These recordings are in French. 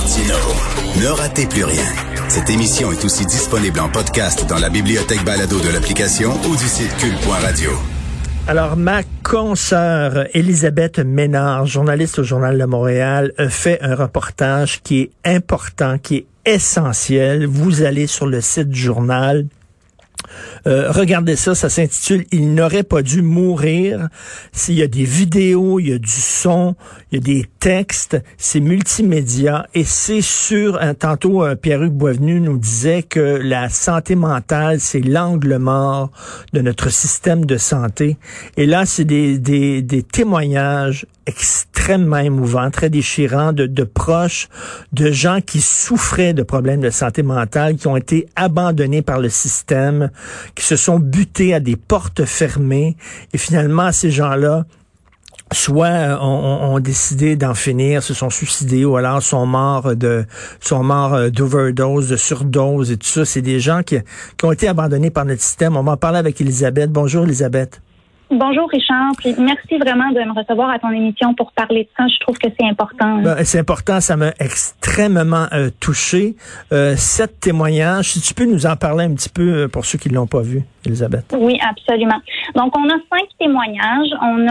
Martineau. Ne ratez plus rien. Cette émission est aussi disponible en podcast dans la bibliothèque balado de l'application ou du site cul.radio. Alors, ma consoeur Elisabeth Ménard, journaliste au Journal de Montréal, a fait un reportage qui est important, qui est essentiel. Vous allez sur le site du journal. Regardez ça s'intitule « Il n'aurait pas dû mourir ». Il y a des vidéos, il y a du son, il y a des textes, c'est multimédia et c'est sûr, tantôt Pierre-Hugues Boisvenu nous disait que la santé mentale, c'est l'angle mort de notre système de santé. Et là, c'est des témoignages extrêmement émouvants, très déchirants de proches, de gens qui souffraient de problèmes de santé mentale, qui ont été abandonnés par le système, qui se sont butés à des portes fermées. Et finalement, ces gens-là, soit ont décidé d'en finir, se sont suicidés, ou alors sont morts d'overdose, de surdose et tout ça. C'est des gens qui ont été abandonnés par notre système. On va en parler avec Elisabeth. Bonjour, Elisabeth. Bonjour Richard, puis merci vraiment de me recevoir à ton émission pour parler de ça. Je trouve que c'est important. C'est important, ça m'a extrêmement touché. 7 témoignages, si tu peux nous en parler un petit peu pour ceux qui ne l'ont pas vu, Elisabeth. Oui, absolument. Donc, on a 5 témoignages. On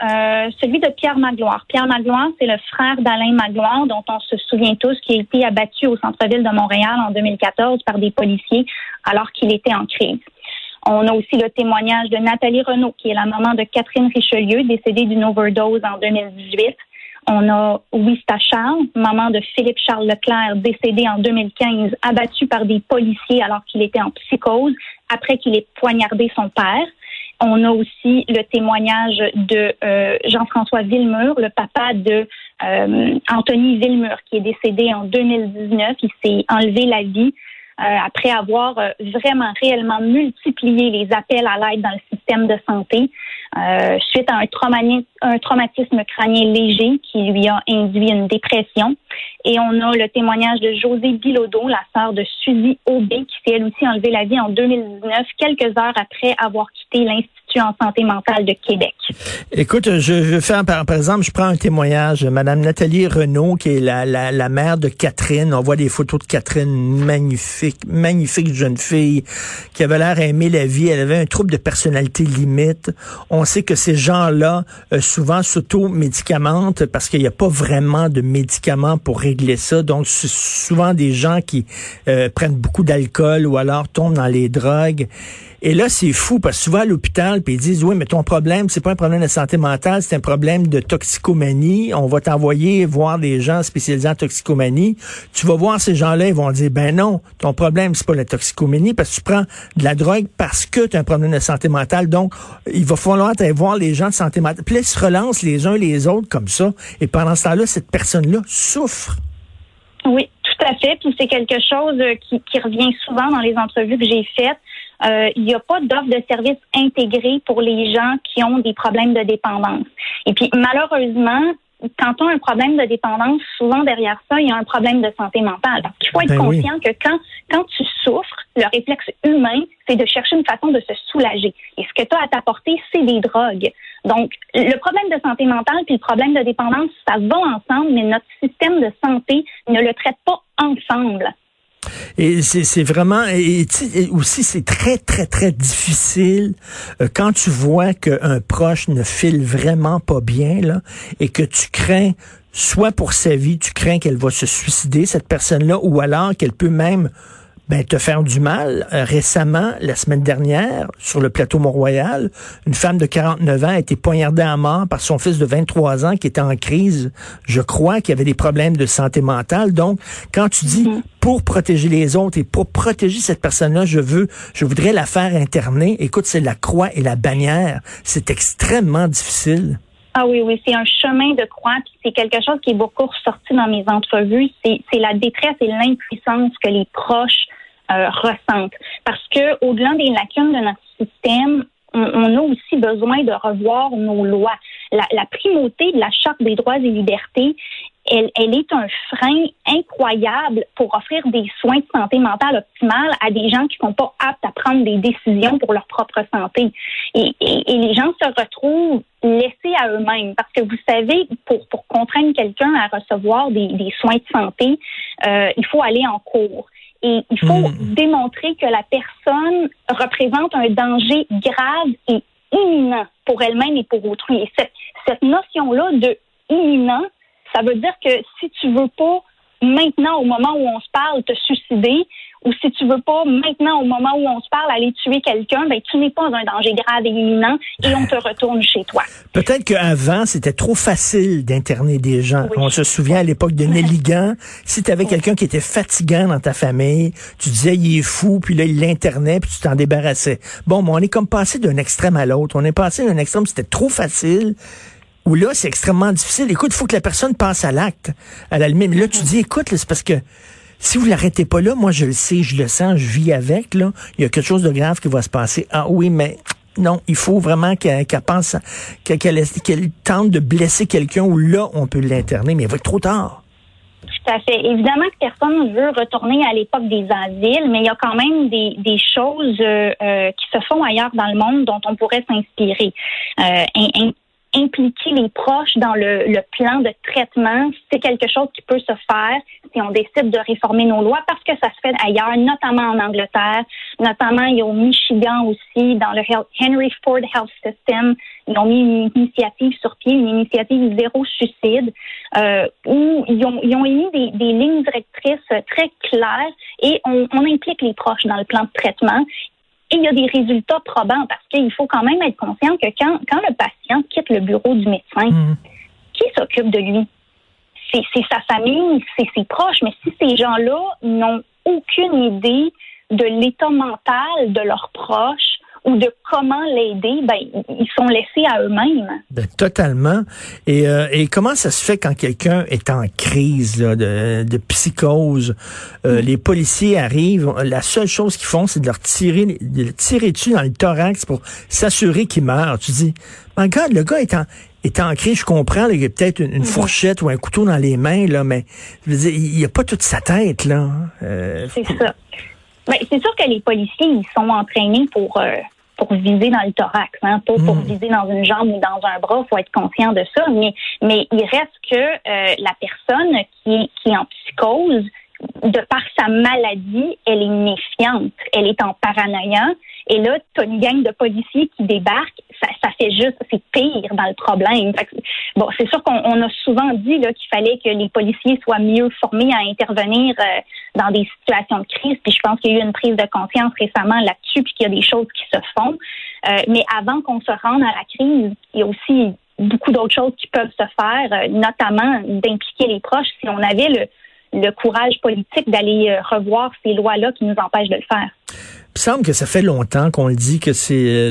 a celui de Pierre Magloire. Pierre Magloire, c'est le frère d'Alain Magloire, dont on se souvient tous, qui a été abattu au centre-ville de Montréal en 2014 par des policiers alors qu'il était en crise. On a aussi le témoignage de Nathalie Renaud, qui est la maman de Catherine Richelieu, décédée d'une overdose en 2018. On a Wista Charles, maman de Philippe Charles Leclerc, décédé en 2015, abattu par des policiers alors qu'il était en psychose, après qu'il ait poignardé son père. On a aussi le témoignage de Jean-François Villemur, le papa de Anthony Villemur, qui est décédé en 2019. Il s'est enlevé la vie après avoir vraiment réellement multiplié les appels à l'aide dans le système de santé suite à un traumatisme crânien léger qui lui a induit une dépression. Et on a le témoignage de Josée Bilodeau, la sœur de Suzy Aubé, qui s'est elle aussi enlevé la vie en 2019, quelques heures après avoir quitté l'Institut en santé mentale de Québec. Écoute, je vais faire, par exemple, je prends un témoignage de Mme Nathalie Renaud, qui est la mère de Catherine. On voit des photos de Catherine, magnifique jeune fille, qui avait l'air à aimer la vie. Elle avait un trouble de personnalité limite. On sait que ces gens-là, souvent, s'auto-médicamentent parce qu'il n'y a pas vraiment de médicaments pour régler ça. Donc, c'est souvent des gens qui prennent beaucoup d'alcool ou alors tombent dans les drogues. Et là, c'est fou, parce que souvent à l'hôpital, puis ils disent, oui, mais ton problème, c'est pas un problème de santé mentale, c'est un problème de toxicomanie. On va t'envoyer voir des gens spécialisés en toxicomanie. Tu vas voir ces gens-là, ils vont dire, ben non, ton problème, c'est pas la toxicomanie, parce que tu prends de la drogue parce que tu as un problème de santé mentale. Donc, il va falloir aller voir les gens de santé mentale. Puis là, ils se relancent les uns les autres comme ça. Et pendant ce temps-là, cette personne-là souffre. Oui, tout à fait. Puis c'est quelque chose qui revient souvent dans les entrevues que j'ai faites. Il n'y a pas d'offre de service intégrée pour les gens qui ont des problèmes de dépendance. Et puis, malheureusement, quand on a un problème de dépendance, souvent derrière ça, il y a un problème de santé mentale. Donc, il faut être conscient que quand tu souffres, le réflexe humain, c'est de chercher une façon de se soulager. Et ce que tu as à t'apporter, c'est des drogues. Donc, le problème de santé mentale puis le problème de dépendance, ça va ensemble, mais notre système de santé ne le traite pas ensemble. Et c'est vraiment, et aussi c'est très, très, très difficile quand tu vois qu'un proche ne file vraiment pas bien, là, et que tu crains, soit pour sa vie, tu crains qu'elle va se suicider, cette personne-là, ou alors qu'elle peut même te faire du mal. Récemment, la semaine dernière, sur le plateau Mont-Royal, une femme de 49 ans a été poignardée à mort par son fils de 23 ans qui était en crise, je crois, qui avait des problèmes de santé mentale. Donc, quand tu dis pour protéger les autres et pour protéger cette personne-là, je voudrais la faire interner, écoute, c'est la croix et la bannière. C'est extrêmement difficile. Ah oui, c'est un chemin de croix, puis c'est quelque chose qui est beaucoup ressorti dans mes entrevues, c'est la détresse et l'impuissance que les proches ressentent. Parce que au-delà des lacunes de notre système, on a aussi besoin de revoir nos lois. La primauté de la Charte des droits et libertés elle est un frein incroyable pour offrir des soins de santé mentale optimale à des gens qui ne sont pas aptes à prendre des décisions pour leur propre santé. Et les gens se retrouvent laissés à eux-mêmes. Parce que vous savez, pour contraindre quelqu'un à recevoir des soins de santé, il faut aller en cours. Et il faut démontrer que la personne représente un danger grave et imminent pour elle-même et pour autrui. Et cette notion-là de imminent, ça veut dire que si tu veux pas maintenant, au moment où on se parle, te suicider, ou si tu veux pas maintenant, au moment où on se parle, aller tuer quelqu'un, ben tu n'es pas un danger grave et imminent et on te retourne chez toi. Peut-être qu'avant, c'était trop facile d'interner des gens. Oui. On se souvient à l'époque de Nelligan, si tu avais quelqu'un qui était fatigant dans ta famille, tu disais il est fou, puis là il l'internait, puis tu t'en débarrassais. Bon, mais on est comme passé d'un extrême à l'autre. On est passé d'un extrême, c'était trop facile. Où là, c'est extrêmement difficile. Écoute, il faut que la personne passe à l'acte. À la limite, mais là, tu dis, écoute, là, c'est parce que si vous l'arrêtez pas là, moi, je le sais, je le sens, je vis avec, là. Il y a quelque chose de grave qui va se passer. Ah oui, mais non, il faut vraiment qu'elle pense, qu'elle tente de blesser quelqu'un où là, on peut l'interner, mais il va être trop tard. Tout à fait. Évidemment que personne ne veut retourner à l'époque des asiles, mais il y a quand même des choses qui se font ailleurs dans le monde dont on pourrait s'inspirer. Impliquer les proches dans le plan de traitement, c'est quelque chose qui peut se faire si on décide de réformer nos lois parce que ça se fait ailleurs, notamment en Angleterre, notamment il y a au Michigan aussi, dans le Henry Ford Health System, ils ont mis une initiative sur pied, une initiative zéro suicide, où ils ont émis des lignes directrices très claires et on implique les proches dans le plan de traitement. Et il y a des résultats probants parce qu'il faut quand même être conscient que quand le patient quitte le bureau du médecin, qui s'occupe de lui? C'est sa famille, c'est ses proches, mais si ces gens-là n'ont aucune idée de l'état mental de leurs proches ou de comment l'aider, ben ils sont laissés à eux-mêmes. Ben, totalement. Et comment ça se fait quand quelqu'un est en crise là, de psychose? Les policiers arrivent, la seule chose qu'ils font, c'est de le tirer dessus dans le thorax pour s'assurer qu'il meurt. Tu dis, regarde, le gars est en crise, je comprends, là, il y a peut-être une fourchette ou un couteau dans les mains, là, mais je veux dire, il n'y a pas toute sa tête, là. C'est ça. Ben, c'est sûr que les policiers, ils sont entraînés pour viser dans le thorax, hein, pas pour viser dans une jambe ou dans un bras, faut être conscient de ça, mais il reste que la personne qui est en psychose, de par sa maladie, elle est méfiante, elle est en paranoïa, et là, t'as une gang de policiers qui débarquent, ça fait juste, c'est pire dans le problème. Fait que, bon, c'est sûr qu'on a souvent dit là qu'il fallait que les policiers soient mieux formés à intervenir dans des situations de crise, puis je pense qu'il y a eu une prise de conscience récemment là-dessus, puis qu'il y a des choses qui se font. Mais avant qu'on se rende à la crise, il y a aussi beaucoup d'autres choses qui peuvent se faire, notamment d'impliquer les proches si on avait le courage politique d'aller revoir ces lois-là qui nous empêchent de le faire. Il me semble que ça fait longtemps qu'on le dit que c'est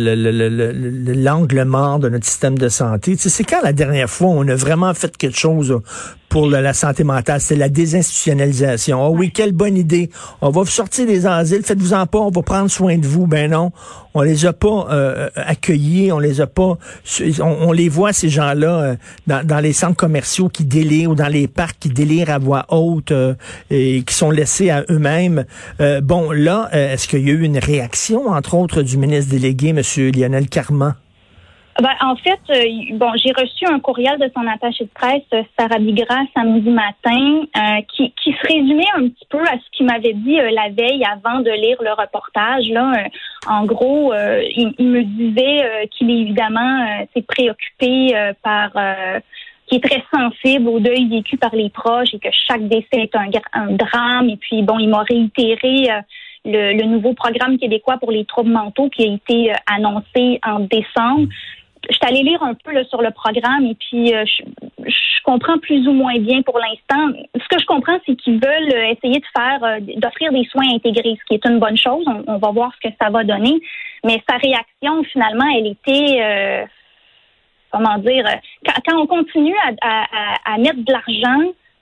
l'angle mort de notre système de santé. Tu sais, c'est quand la dernière fois on a vraiment fait quelque chose pour la santé mentale? C'est la désinstitutionnalisation. Ah oui, quelle bonne idée. On va vous sortir des asiles, faites-vous-en pas, on va prendre soin de vous. Ben non, on les a pas accueillis, on les a pas... On les voit, ces gens-là, dans les centres commerciaux qui délirent ou dans les parcs qui délirent à voix haute et qui sont laissés à eux-mêmes. Bon, là, est-ce qu'il y a eu une réaction, entre autres, du ministre délégué, M. Lionel Carman? Ben, en fait, j'ai reçu un courriel de son attachée de presse, Sarah Bigra, samedi matin, qui se résumait un petit peu à ce qu'il m'avait dit la veille avant de lire le reportage. Là, en gros, il me disait qu'il est évidemment préoccupé par... qui est très sensible au deuil vécu par les proches et que chaque décès est un drame. Et puis, bon, il m'a réitéré le nouveau programme québécois pour les troubles mentaux qui a été annoncé en décembre. Je suis allée lire un peu là, sur le programme et puis je comprends plus ou moins bien pour l'instant. Ce que je comprends, c'est qu'ils veulent essayer d'offrir des soins intégrés, ce qui est une bonne chose. On va voir ce que ça va donner. Mais sa réaction, finalement, elle était... quand on continue à mettre de l'argent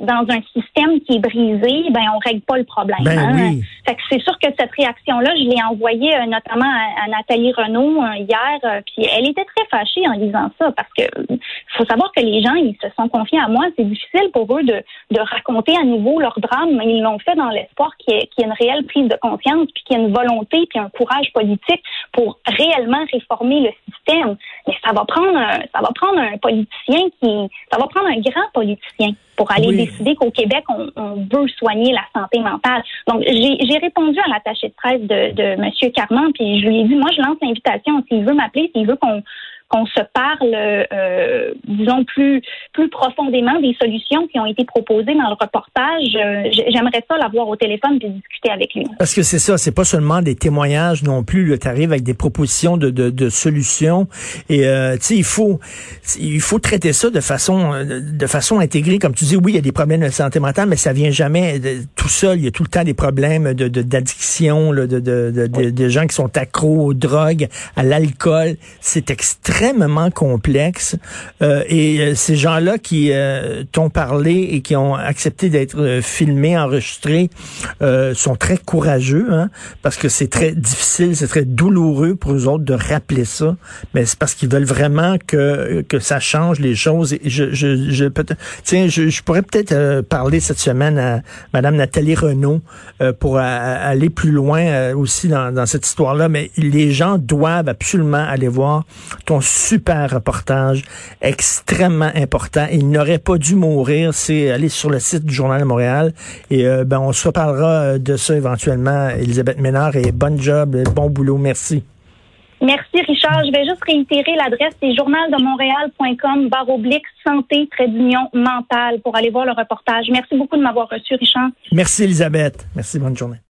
dans un système qui est brisé, ben on règle pas le problème. Oui. Fait que c'est sûr que cette réaction-là, je l'ai envoyée notamment à Nathalie Renaud hier, puis elle était très fâchée en lisant ça parce que faut savoir que les gens, ils se sont confiés à moi. C'est difficile pour eux de raconter à nouveau leur drame, mais ils l'ont fait dans l'espoir qu'il y ait une réelle prise de conscience, puis qu'il y ait une volonté, puis un courage politique pour réellement réformer le système. Mais ça va prendre un politicien ça va prendre un grand politicien pour aller décider qu'au Québec, on veut soigner la santé mentale. Donc, j'ai répondu à l'attaché de presse de M. Carman, puis je lui ai dit, moi, je lance l'invitation. S'il veut m'appeler, s'il veut qu'on se parle, disons, plus profondément des solutions qui ont été proposées dans le reportage. J'aimerais ça l'avoir au téléphone et discuter avec lui. Parce que c'est ça, c'est pas seulement des témoignages non plus. Tu arrives avec des propositions de solutions. Et tu sais, il faut traiter ça de façon intégrée. Comme tu dis, oui, il y a des problèmes de santé mentale, mais ça vient jamais tout seul. Il y a tout le temps des problèmes d'addiction, de gens qui sont accros aux drogues, à l'alcool. C'est extrêmement complexe et ces gens-là qui t'ont parlé et qui ont accepté d'être filmés, enregistrés sont très courageux, hein, parce que c'est très difficile, c'est très douloureux pour eux autres de rappeler ça, mais c'est parce qu'ils veulent vraiment que ça change les choses. Et je pourrais peut-être parler cette semaine à Madame Nathalie Renaud pour aller plus loin aussi dans cette histoire-là, mais les gens doivent absolument aller voir ton super reportage, extrêmement important. Il n'aurait pas dû mourir. C'est aller sur le site du Journal de Montréal et on se reparlera de ça éventuellement. Elisabeth Ménard, et bonne job, bon boulot. Merci. Merci, Richard. Je vais juste réitérer l'adresse, c'est journaldemontréal.com/santé-mentale pour aller voir le reportage. Merci beaucoup de m'avoir reçu, Richard. Merci, Elisabeth. Merci, bonne journée.